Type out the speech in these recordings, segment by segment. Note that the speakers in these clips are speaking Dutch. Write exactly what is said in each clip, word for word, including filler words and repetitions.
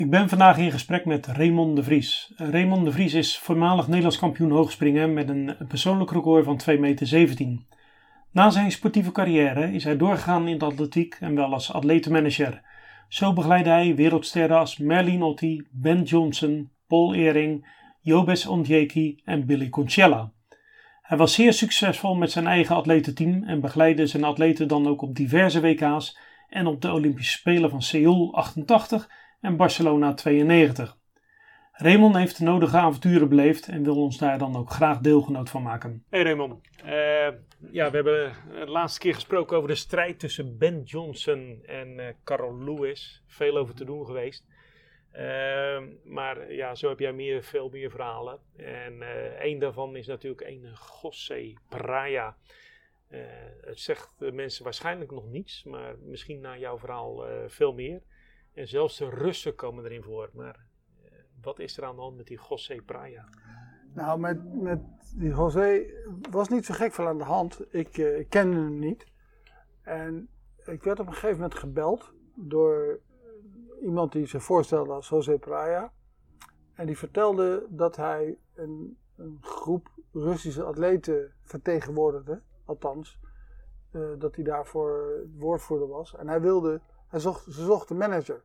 Ik ben vandaag in gesprek met Raymond de Vries. Raymond de Vries is voormalig Nederlands kampioen hoogspringen met een persoonlijk record van twee meter zeventien. Na zijn sportieve carrière is hij doorgegaan in de atletiek en wel als atletenmanager. Zo begeleidde hij wereldsterren als Merlin Ottey, Ben Johnson, Paul Ehring, Jobes Ondieki en Billy Concella. Hij was zeer succesvol met zijn eigen atletenteam en begeleidde zijn atleten dan ook op diverse W K's en op de Olympische Spelen van Seoul achtentachtig en Barcelona tweeënnegentig. Raymond heeft de nodige avonturen beleefd en wil ons daar dan ook graag deelgenoot van maken. Hey Raymond, uh, ja, we hebben de laatste keer gesproken over de strijd tussen Ben Johnson en uh, Carl Lewis. Veel over te doen geweest. Uh, maar ja, zo heb jij meer, veel meer verhalen. En uh, één daarvan is natuurlijk een José Praia. Uh, het zegt de mensen waarschijnlijk nog niets, maar misschien na jouw verhaal uh, veel meer. En zelfs de Russen komen erin voor. Maar uh, wat is er aan de hand met die José Praia? Nou, met, met die José was niet zo gek veel aan de hand. Ik, uh, ik kende hem niet. En ik werd op een gegeven moment gebeld door iemand die zich voorstelde als José Praia. En die vertelde dat hij een, een groep Russische atleten vertegenwoordigde. Althans, uh, dat hij daarvoor woordvoerder was. En hij wilde, hij zocht, ze zocht een manager.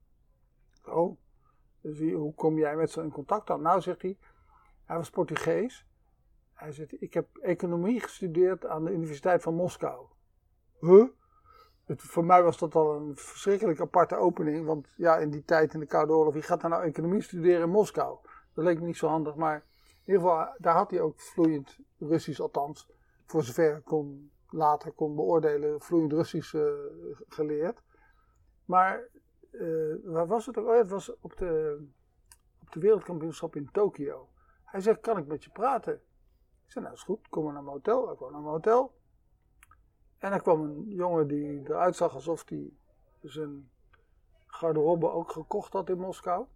Oh, dus wie, hoe kom jij met zo in contact dan? Nou, zegt hij, hij was Portugees. Hij zegt, ik heb economie gestudeerd aan de Universiteit van Moskou. Huh? Het, voor mij was dat al een verschrikkelijk aparte opening. Want ja, in die tijd, in de Koude Oorlog, wie gaat daar nou economie studeren in Moskou? Dat leek me niet zo handig, maar in ieder geval, daar had hij ook vloeiend Russisch, althans, voor zover ik kon, later kon beoordelen, vloeiend Russisch uh, geleerd. Maar, uh, waar was het ook? Oh ja, het was op de, op de wereldkampioenschap in Tokio. Hij zegt, kan ik met je praten? Ik zei, nou is goed, kom maar naar mijn hotel. Ik kwam naar mijn hotel. En er kwam een jongen die eruit zag alsof hij zijn garderobe ook gekocht had in Moskou.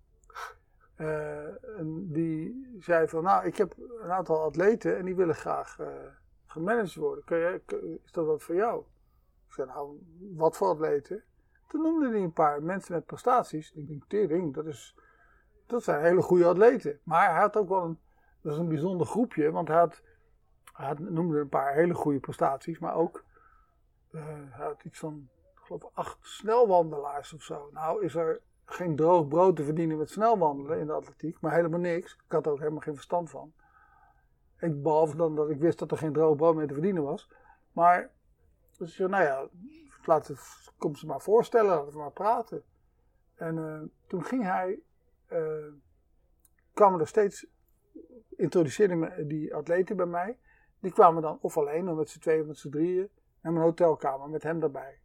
Uh, en die zei van, nou, ik heb een aantal atleten en die willen graag uh, gemanaged worden. Kun je, is dat wat voor jou? Ik zei, nou, wat voor atleten? Toen noemde hij een paar mensen met prestaties. Ik denk, tering, dat, is, dat zijn hele goede atleten. Maar hij had ook wel een, dat is een bijzonder groepje, want hij, had, hij had, noemde een paar hele goede prestaties, maar ook Uh, hij had iets van, ik geloof, acht snelwandelaars of zo. Nou is er geen droog brood te verdienen met snelwandelen in de atletiek, maar helemaal niks. Ik had er ook helemaal geen verstand van. Ik, behalve dan dat ik wist dat er geen droog brood mee te verdienen was. Maar, dus nou ja, laten we, kom ze maar voorstellen, laten we maar praten. En uh, toen ging hij, uh, kwamen er steeds, introduceerde die atleten bij mij. Die kwamen dan of alleen, of met z'n tweeën of met z'n drieën. En mijn hotelkamer met hem daarbij.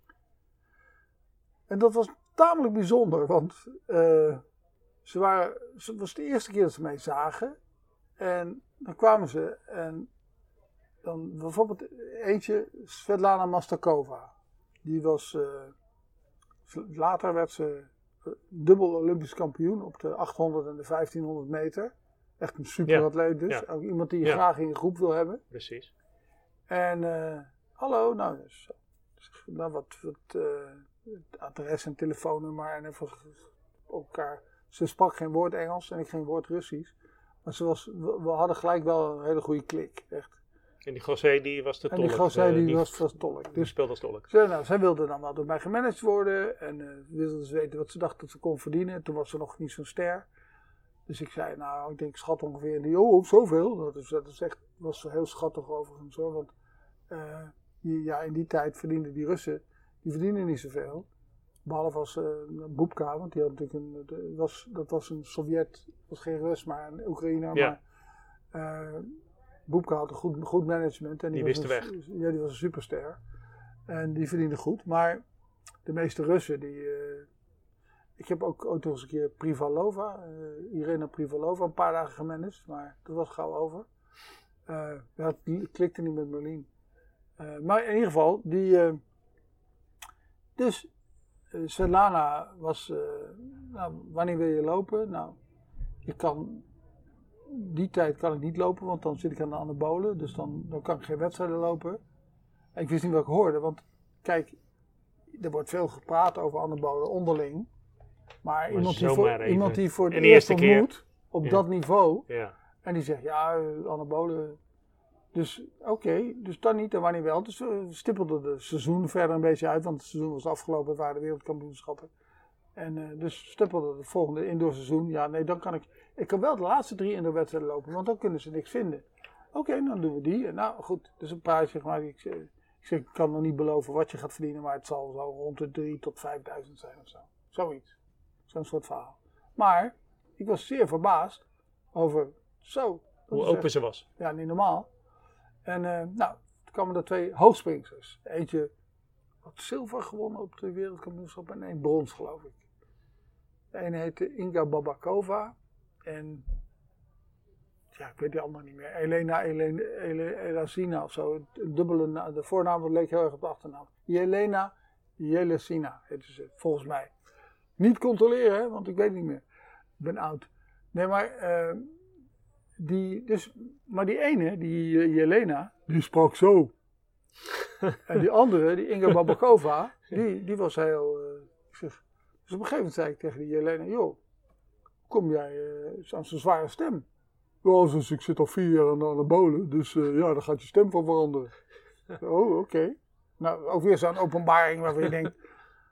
En dat was tamelijk bijzonder, want uh, ze waren, het was de eerste keer dat ze mij zagen. En dan kwamen ze en dan bijvoorbeeld eentje, Svetlana Mastakova. Die was, uh, later werd ze dubbel Olympisch kampioen op de achthonderd en de vijftienhonderd meter. Echt een superatleet dus, ja. Ook iemand die je ja. graag in je groep wil hebben. Precies. En uh, hallo, nou, dus, nou wat, wat uh, adres en telefoonnummer en even elkaar. Ze sprak geen woord Engels en ik geen woord Russisch. Maar ze was, we, we hadden gelijk wel een hele goede klik, echt. En die José die was de tolk. En die José die, die was, was tolk. Dus speelde als tolk. Ze, nou, zij wilde dan wel door mij gemanaged worden en uh, wilde ze weten wat ze dacht dat ze kon verdienen. Toen was ze nog niet zo'n ster. Dus ik zei, nou, ik denk schat ongeveer. En die, oh, zoveel. Dat, is, dat is echt, was heel schattig overigens hoor, want Uh, die, ja, in die tijd verdienden die Russen, die verdienden niet zoveel. Behalve als uh, Boepka, want die had natuurlijk een, de, was, dat was een Sovjet, was geen Rus, maar een Oekraïner. Ja. Maar uh, Boepka had een goed, goed management. En die, die was wist een, de weg. Ja, die was een superster. En die verdiende goed. Maar de meeste Russen, die... Uh, ik heb ook ooit nog eens een keer Privalova, uh, Irina Privalova, een paar dagen gemanaged. Maar dat was gauw over. Uh, dat klikte niet met Merlin. Uh, maar in ieder geval, die, uh, dus uh, Svetlana was, uh, nou, wanneer wil je lopen? Nou, ik kan, die tijd kan ik niet lopen, want dan zit ik aan de anabolen, dus dan, dan kan ik geen wedstrijden lopen. En ik wist niet wat ik hoorde, want kijk, er wordt veel gepraat over anabolen onderling. Maar iemand die, voor, zomaar even. iemand die voor En het de eerst eerste keer. ontmoet, op Ja. dat niveau, Ja. en die zegt, ja, eh, anabolen. Dus oké, dus dan niet en wanneer wel. Dus we stippelden de seizoen verder een beetje uit, want het seizoen was afgelopen, het waren de wereldkampioenschappen. En uh, dus stippelden het volgende indoorseizoen. Ja, nee, dan kan ik, ik kan wel de laatste drie indoorwedstrijden lopen, want dan kunnen ze niks vinden. Oké, okay, dan doen we die. En nou goed, dus een prijsje, maar ik, ik, zeg, ik kan nog niet beloven wat je gaat verdienen, maar het zal zo rond de drie tot vijfduizend zijn of zo. Zoiets. Zo'n soort verhaal. Maar ik was zeer verbaasd over zo. Hoe open echt, ze was. Ja, niet normaal. En uh, nou, toen kwamen er twee hoogspringsters. Eentje had zilver gewonnen op de wereldkampioenschap en één brons, geloof ik. De ene heette Inga Babakova en ja, ik weet die andere niet meer. Elena Elena, Elena Elazina of zo. Een dubbele, de voornaam leek heel erg op de achternaam. Jelena Jelesina heette ze, volgens mij. Niet controleren, hè, want ik weet het niet meer. Ik ben oud. Nee, maar, uh, die, dus, maar die ene, die uh, Jelena, die sprak zo. En die andere, die Inga Babakova, die, die was heel... Uh, ik zeg, dus op een gegeven moment zei ik tegen die Jelena, joh, kom jij uh, aan zo'n zware stem? Ja, dus ik zit al vier jaar aan de anabolen, dus uh, ja, daar gaat je stem van veranderen. Oh, oké. Okay. Nou, ook weer zo'n openbaring waarvan je denkt,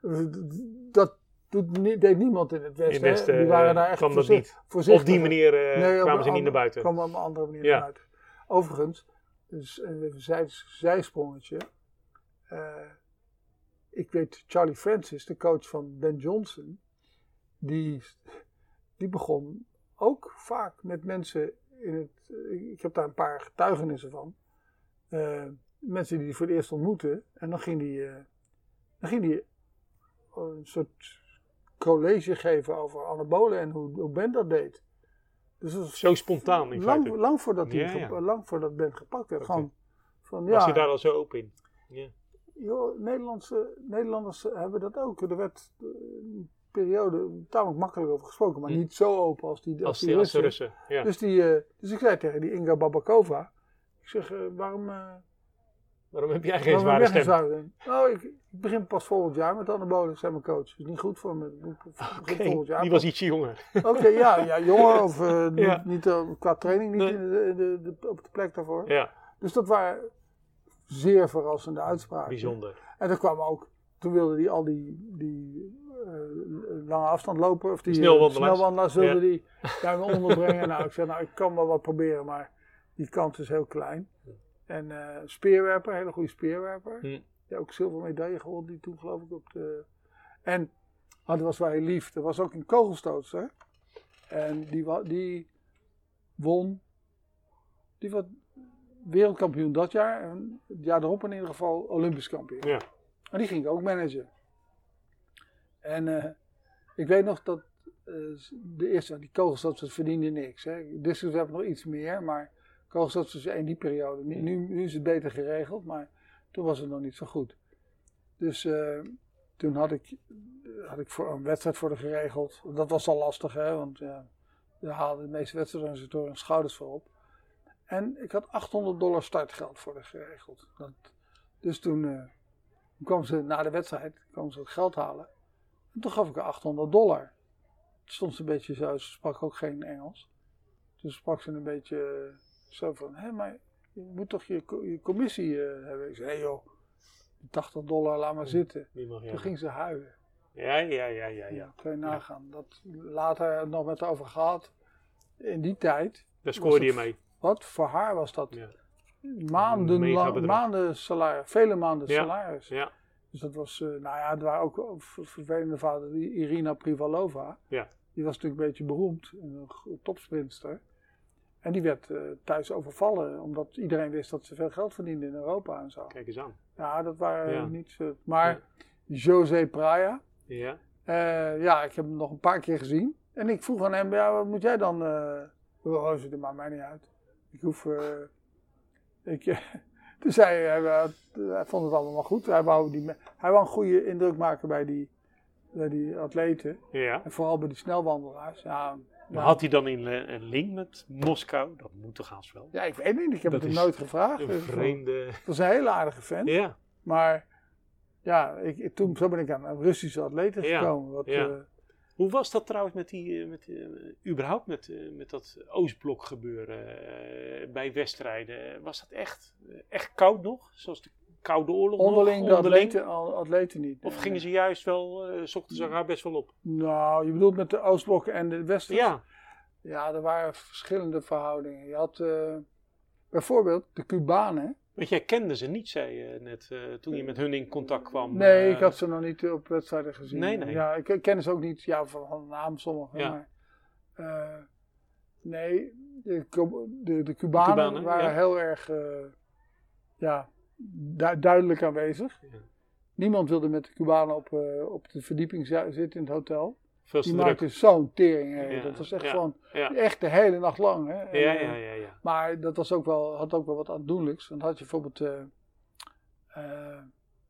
dat doet, deed niemand in het Westen. In het Westen die waren daar echt kwam dat voorzicht, niet. voorzichtig. Op die manier uh, nee, kwamen op, ze niet op, naar buiten. Kwamen op een andere manier ja. naar buiten. Overigens, dus een zij, zijsprongetje. Uh, ik weet, Charlie Francis, de coach van Ben Johnson, die, die begon ook vaak met mensen in het, ik heb daar een paar getuigenissen van, uh, mensen die hij voor het eerst ontmoeten, en dan ging hij, uh, dan ging hij een soort college geven over anabolen en hoe, hoe Ben dat deed. Dus dat was zo spontaan in lang, feite. lang voordat, die, ja, ja. lang voordat Ben gepakt werd. Gewoon van, ja, was je daar al zo open in? Ja. Joh, Nederlandse, Nederlanders hebben dat ook. Er werd een periode tamelijk makkelijk over gesproken, maar hm. niet zo open als die, als als die, die Russen. Russen. Ja. Dus, die, uh, dus ik zei tegen die Inga Babakova, ik zeg, uh, waarom... Uh, waarom heb jij geen zware stem? Zware nou, ik, ik begin pas volgend jaar met anabolen, zei mijn coach. Dat is niet goed voor me. Okay, die was ietsje jonger. Oké, okay, ja, ja, jonger of uh, ja. niet, niet uh, qua training niet nee. in de, de, de, op de plek daarvoor. Ja. Dus dat waren zeer verrassende uitspraken. Bijzonder. En er kwam ook, toen wilde hij al die, die uh, lange afstand lopen, of die snelwandelaars, snelwandelaars wilde ja. die daar onderbrengen. Nou, ik zei, nou, ik kan wel wat proberen, maar die kans is heel klein. En uh, speerwerper, hele goede speerwerper. Hm. Die ook zilveren medaille gewonnen, die toen geloof ik op de... En, oh, dat was wel heel lief, er was ook een kogelstootster. En die, die won, die was wereldkampioen dat jaar. En het jaar erop in ieder geval olympisch kampioen. Ja. En die ging ik ook managen. En uh, ik weet nog dat uh, de eerste, die kogelstootsters verdienden niks. Hè. Discus hebben nog iets meer, maar kogelstootsters in die periode. Nu, nu is het beter geregeld, maar toen was het nog niet zo goed. Dus uh, toen had ik, had ik voor een wedstrijd voor de geregeld. Dat was al lastig, hè, want ja, daar haalden de meeste wedstrijdorganisatoren hun schouders voor op. En ik had achthonderd dollar startgeld voor de geregeld. Dat, dus toen, uh, toen kwam ze na de wedstrijd kwam ze het geld halen. En toen gaf ik haar achthonderd dollar. Toen stond ze een beetje zo, ze sprak ook geen Engels. Toen sprak ze een beetje zo van, hé, maar je moet toch je, je commissie uh, hebben. Ik zei, hé hey joh, tachtig dollar, laat maar zitten. Mag, ja. Toen ging ze huilen. Ja, ja, ja, ja. ja. ja kun je nagaan. Ja. Dat later nog met over gehad. In die tijd. Daar scoorde je mee. Wat? Voor haar was dat ja. maanden, lang, maanden salaris. Vele maanden ja. salaris. Ja. Dus dat was, uh, nou ja, het waren ook vervelende vader, die Irina Privalova. Ja. Die was natuurlijk een beetje beroemd, een topsprinter. En die werd uh, thuis overvallen, omdat iedereen wist dat ze veel geld verdiende in Europa en zo. Kijk eens aan. Ja, dat waren ja. niet zo. Maar ja. José Praia, ja. Uh, ja, ik heb hem nog een paar keer gezien. En ik vroeg aan hem, ja, wat moet jij dan? Uh, oh, ziet er maar mij niet uit. Ik hoef... Uh, ik, uh, toen zei hij, hij, hij vond het allemaal goed. Hij wou, die, hij wou een goede indruk maken bij die, bij die atleten. Ja. En vooral bij die snelwandelaars. Ja, maar had hij dan een, een link met Moskou? Dat moet toch haast wel? Ja, ik weet niet. Ik heb dat het hem nooit gevraagd. Een vreemde... Dat was een hele aardige vent. Ja. Maar ja, ik, toen zo ben ik aan Russische atleten ja. gekomen. Wat, ja. uh, Hoe was dat trouwens met die, met, uh, überhaupt met, uh, met dat Oostblok gebeuren uh, bij wedstrijden? Was dat echt, uh, echt koud nog? Zoals de Koude Oorlog Onderling nog? de atleten, atleten niet. Of nee, gingen nee. ze juist wel, uh, 's ochtends elkaar best wel op? Nou, je bedoelt met de Oostblok en de Westers? Ja. Ja, er waren verschillende verhoudingen. Je had uh, bijvoorbeeld de Cubanen. Want jij kende ze niet, zei je net, uh, toen je met hun in contact kwam. Nee, uh, ik had ze nog niet op wedstrijden gezien. Nee, nee. Ja, ik ken ze ook niet, ja, van naam sommigen. Ja. Maar, uh, nee, de, de, de Cubanen, Cubanen, waren ja. heel erg uh, ja, du- duidelijk aanwezig. Ja. Niemand wilde met de Cubanen op, uh, op de verdieping zi- zitten in het hotel. Veel te Die druk. maakten zo'n tering. Hè. Ja, Dat was echt ja, gewoon, ja. echt de hele nacht lang. Hè. En, Ja, uh, ja, ja, ja. Maar dat was ook wel, had ook wel wat aandoenlijks. Dan had je bijvoorbeeld uh, uh,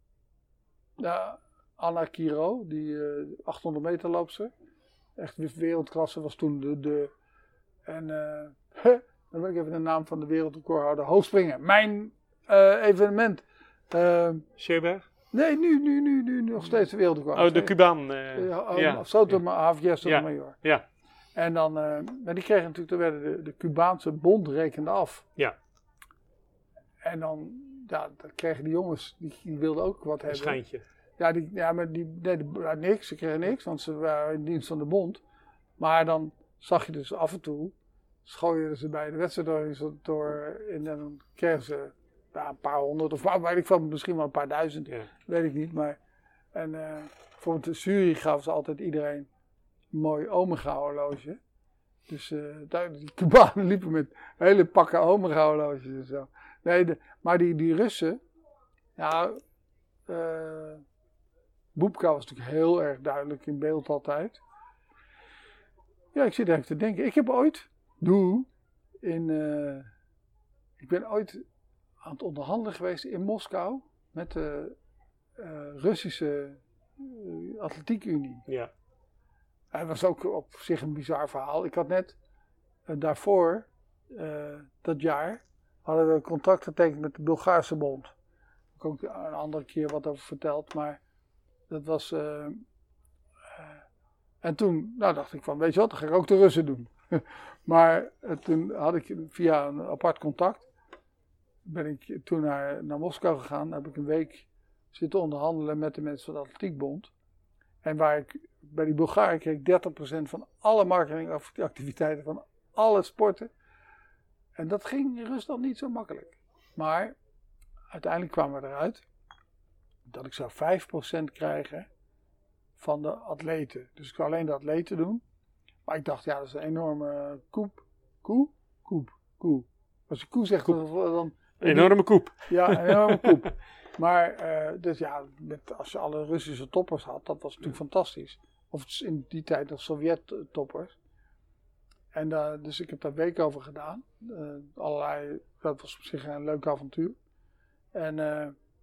ja, Anna Kiro, die uh, achthonderd meter loopster. Echt wereldklasse was toen de... de en uh, dan wil ik even de naam van de wereldrecordhouder. Hoogspringen. Mijn uh, evenement. Uh, Scherberg? nee, nu, nu, nu, nu nog steeds de wereldrecord. Oh, de Cubaan. Uh, Ja, ja. Sotomayor. Ja. Ja. En dan, uh, maar die kregen natuurlijk, toen werden de, de Cubaanse bond rekende af. Ja. En dan, ja, dan kregen die jongens, die, die wilden ook wat Een hebben. schijntje. Ja, die, ja, maar die deden ja, niks, ze kregen niks, want ze waren in dienst van de bond. Maar dan zag je dus af en toe, schooien ze bij de wedstrijdorganisator in en dan kregen ze ja, een paar honderd of weet ik veel, misschien wel een paar duizend, Ja. weet ik niet. Maar, en uh, bijvoorbeeld de Zurich gaven ze altijd iedereen een mooi Omega-horloge. Dus uh, daar, die Cubanen liepen met hele pakken Omega-horloges en zo. Nee, de, maar die, die Russen, ja, uh, Boepka was natuurlijk heel erg duidelijk in beeld altijd. Ja, ik zit even te denken. Ik heb ooit, doe, in, uh, ik ben ooit aan het onderhandelen geweest in Moskou met de uh, Russische uh, Atletiekunie. Ja. Het was ook op zich een bizar verhaal. Ik had net uh, daarvoor, uh, dat jaar, hadden we een contract getekend met de Bulgaarse bond. Daar heb ik ook een andere keer wat over verteld, maar dat was... Uh, uh, en toen nou dacht ik van, weet je wat, dan ga ik ook de Russen doen. Maar uh, toen had ik via een apart contact, ben ik toen naar, naar Moskou gegaan. Heb ik een week zitten onderhandelen met de mensen van de Atletiekbond. En waar ik, bij die Bulgaren kreeg ik dertig procent van alle marketingactiviteiten van alle sporten. En dat ging in Rusland niet zo makkelijk. Maar uiteindelijk kwamen we eruit dat ik zou vijf procent krijgen van de atleten. Dus ik zou alleen de atleten doen. Maar ik dacht, ja, dat is een enorme koep. Koe? Koep. Koe. Als je koe zegt, dan... dan enorme koep. Ja, een enorme koep. Maar, uh, dus ja, met, als je alle Russische toppers had, dat was natuurlijk fantastisch. Of in die tijd nog Sovjet-toppers. En uh, dus ik heb daar een week over gedaan. Uh, allerlei, dat was op zich een leuk avontuur. En uh,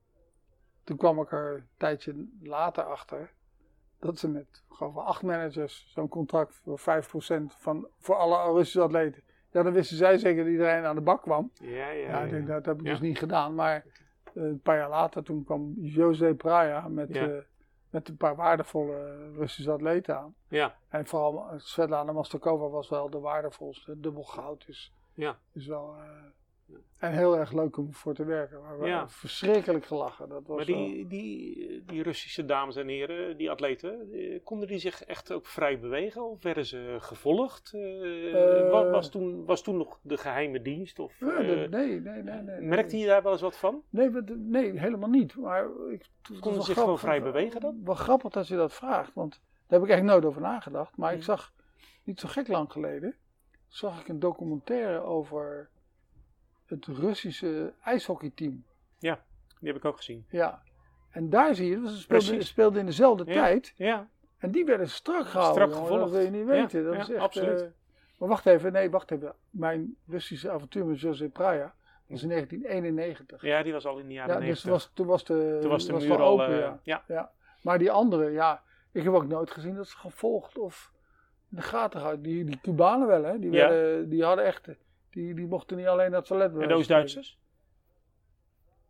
toen kwam ik er een tijdje later achter dat ze met gewoon acht managers zo'n contract voor vijf procent van, voor alle Russische atleten. Ja, dan wisten zij zeker dat iedereen aan de bak kwam. Ja, ja, Ja, ja. ik denk, dat heb ik Ja. dus niet gedaan. Maar uh, een paar jaar later, toen kwam José Praja met, Ja. uh, met een paar waardevolle Russische atleten aan. Ja, En vooral uh, Svetlana Mastokova was wel de waardevolste. Dubbel goud is, ja. is wel... Uh, en heel erg leuk om voor te werken. Maar we Ja. hebben verschrikkelijk gelachen. Dat was Maar die, die, die Russische dames en heren, die atleten, eh, konden die zich echt ook vrij bewegen? Of werden ze gevolgd? Uh, Uh, wat was toen, was toen nog de geheime dienst? Of, wel... uh, Nee, nee, nee. nee, nee merkte je daar wel eens wat van? Nee, we, nee helemaal niet. Maar ik, het Konden was ze zich wel gewoon grappig- vrij bewegen dan? Wel grappig dat je dat vraagt. Want daar heb ik eigenlijk nooit over nagedacht. Maar ik Mm. zag, niet zo gek lang geleden, zag ik een documentaire over het Russische ijshockeyteam. Ja, die heb ik ook gezien. Ja. En daar zie je, dus ze speelden, Precies. speelden in dezelfde Ja. tijd. Ja, En die werden strak gehouden. Strak jongen, gevolgd. Dat wil je niet weten. Ja, dat ja, is echt, absoluut. uh, maar wacht even, nee, wacht even. Mijn Russische avontuur met José Praja was in negentien eenennegentig. ja, die was al in de jaren Ja, dus negentig. was, toen was de, Toen was de was muur wel al... open, uh, ja. ja. Ja. Maar die andere, ja, ik heb ook nooit gezien dat ze gevolgd of in de gaten gehouden. Die, die Cubanen wel, hè? Die, Ja. werden, die hadden echt, die, die mochten niet alleen naar het toilet. En de Oost-Duitsers?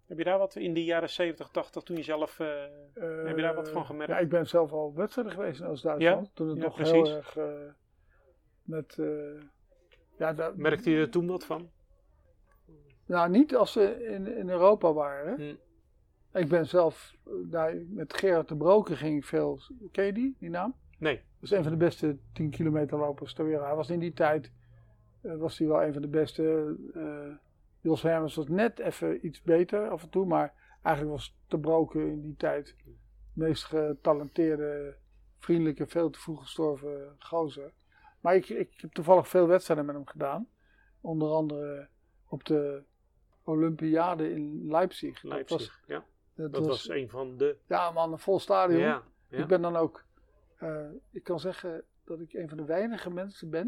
Heb je daar wat in de jaren zeventig, tachtig, toen je zelf, uh, Uh, heb je daar wat van gemerkt? Ja, ik ben zelf al wedstrijden geweest in Oost-Duitsland. Ja? Toen het Ja, nog precies. heel erg uh, met... Uh, ja, dat, merkte je er toen wat van? Nou, niet als ze in, in Europa waren. Hm. Ik ben zelf, daar, met Gerard de Broken ging ik veel... Ken je die, die naam? Nee. Dat is een van de beste tien kilometer lopers ter wereld. Hij was in die tijd, uh, was hij wel een van de beste. Uh, Jos Hermens was net even iets beter af en toe, maar eigenlijk was de Broken in die tijd de meest getalenteerde, vriendelijke, veel te vroeg gestorven gozer. Maar ik, ik heb toevallig veel wedstrijden met hem gedaan. Onder andere op de Olympiade in Leipzig. Leipzig, dat was, ja. Dat, dat was, was een van de... Ja man, een vol stadion. Ja, ja. Ik ben dan ook... Uh, ik kan zeggen dat ik een van de weinige mensen ben,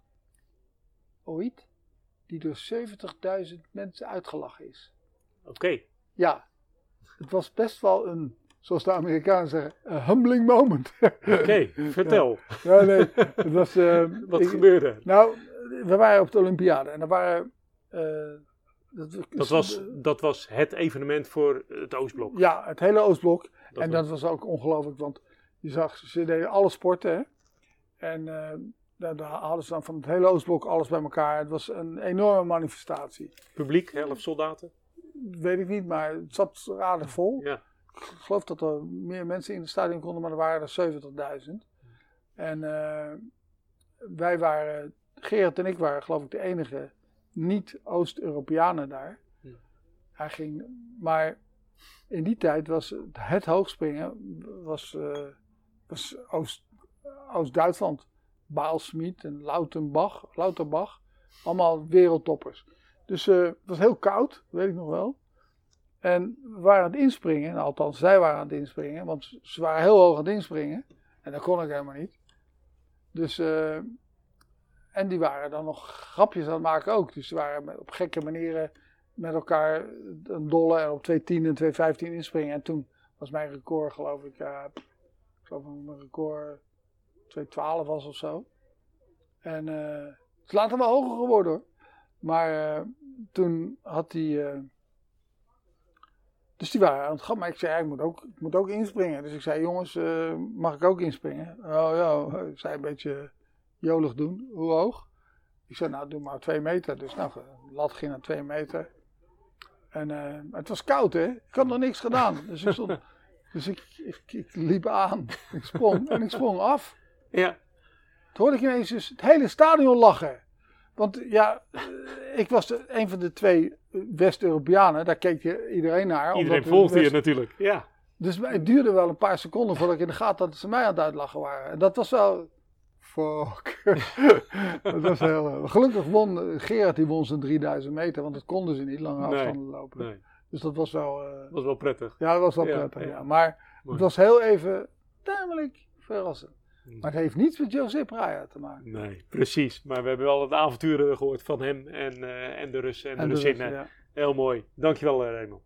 ooit, die door zeventigduizend mensen uitgelachen is. Oké. Okay. Ja, het was best wel een, zoals de Amerikanen zeggen, een humbling moment. Oké, okay, vertel. Ja, ja, nee, het was... Uh, Wat ik, gebeurde? Nou, we waren op de Olympiade en er waren... Uh, dat, dat, was, dat was het evenement voor het Oostblok? Ja, het hele Oostblok. Dat en dat was ook ongelooflijk, want je zag, ze deden alle sporten, hè. En uh, daar, daar hadden ze dan van het hele Oostblok alles bij elkaar. Het was een enorme manifestatie. Publiek, helft soldaten? Weet ik niet, maar het zat aardig vol. Ja. Ik geloof dat er meer mensen in het stadion konden, maar er waren er zeventigduizend. En uh, wij waren, Gerard en ik waren geloof ik de enige niet-Oost-Europeanen daar. Hm. Hij ging, maar in die tijd was het hoogspringen was, uh, was Oost, Oost-Duitsland. Baalsmiet en Lauterbach, Lauterbach, allemaal wereldtoppers. Dus uh, het was heel koud, weet ik nog wel. En we waren aan het inspringen, nou, althans zij waren aan het inspringen, want ze waren heel hoog aan het inspringen. En dat kon ik helemaal niet. Dus, uh, en die waren dan nog grapjes aan het maken ook. Dus ze waren op gekke manieren met elkaar een dolle en op twee tien en twee vijftien inspringen. En toen was mijn record, geloof ik, uh, ik geloof dat mijn record twee twaalf was of zo. En uh, het is later wel hoger geworden hoor. Maar uh, toen had hij... Uh, dus die waren aan het gaan. Maar ik zei, ja, ik, moet ook, ik moet ook inspringen. Dus ik zei, jongens, uh, mag ik ook inspringen? Oh ja, ik zei een beetje jolig doen. Hoe hoog? Ik zei, nou doe maar twee meter. Dus nou, de lat ging naar twee meter. En uh, het was koud hè. Ik had nog niks gedaan. Dus ik stond... Dus ik, ik, ik liep aan. Ik sprong en ik sprong af. Ja. Toen hoorde ik ineens dus het hele stadion lachen. Want ja, ik was de, een van de twee West-Europeanen. Daar keek je iedereen naar. Iedereen volgde je natuurlijk. Ja. Dus het duurde wel een paar seconden voordat ik in de gaten had dat ze mij aan het uitlachen waren. En dat was wel... Fuck. Dat was heel... Gelukkig won Gerard, die won zijn drieduizend meter. Want dat konden ze niet lange afstanden nee, lopen. Nee. Dus dat was wel... Uh, was wel prettig. Ja, dat was wel ja, prettig, ja. ja. Maar Mooi. Het was heel even tamelijk verrassend. Maar het heeft niets met José Praia te maken. Nee, precies. Maar we hebben wel de avonturen gehoord van hem en, uh, en de Russen en, en de Russinnen. Ja. Heel mooi. Dankjewel, Raymond.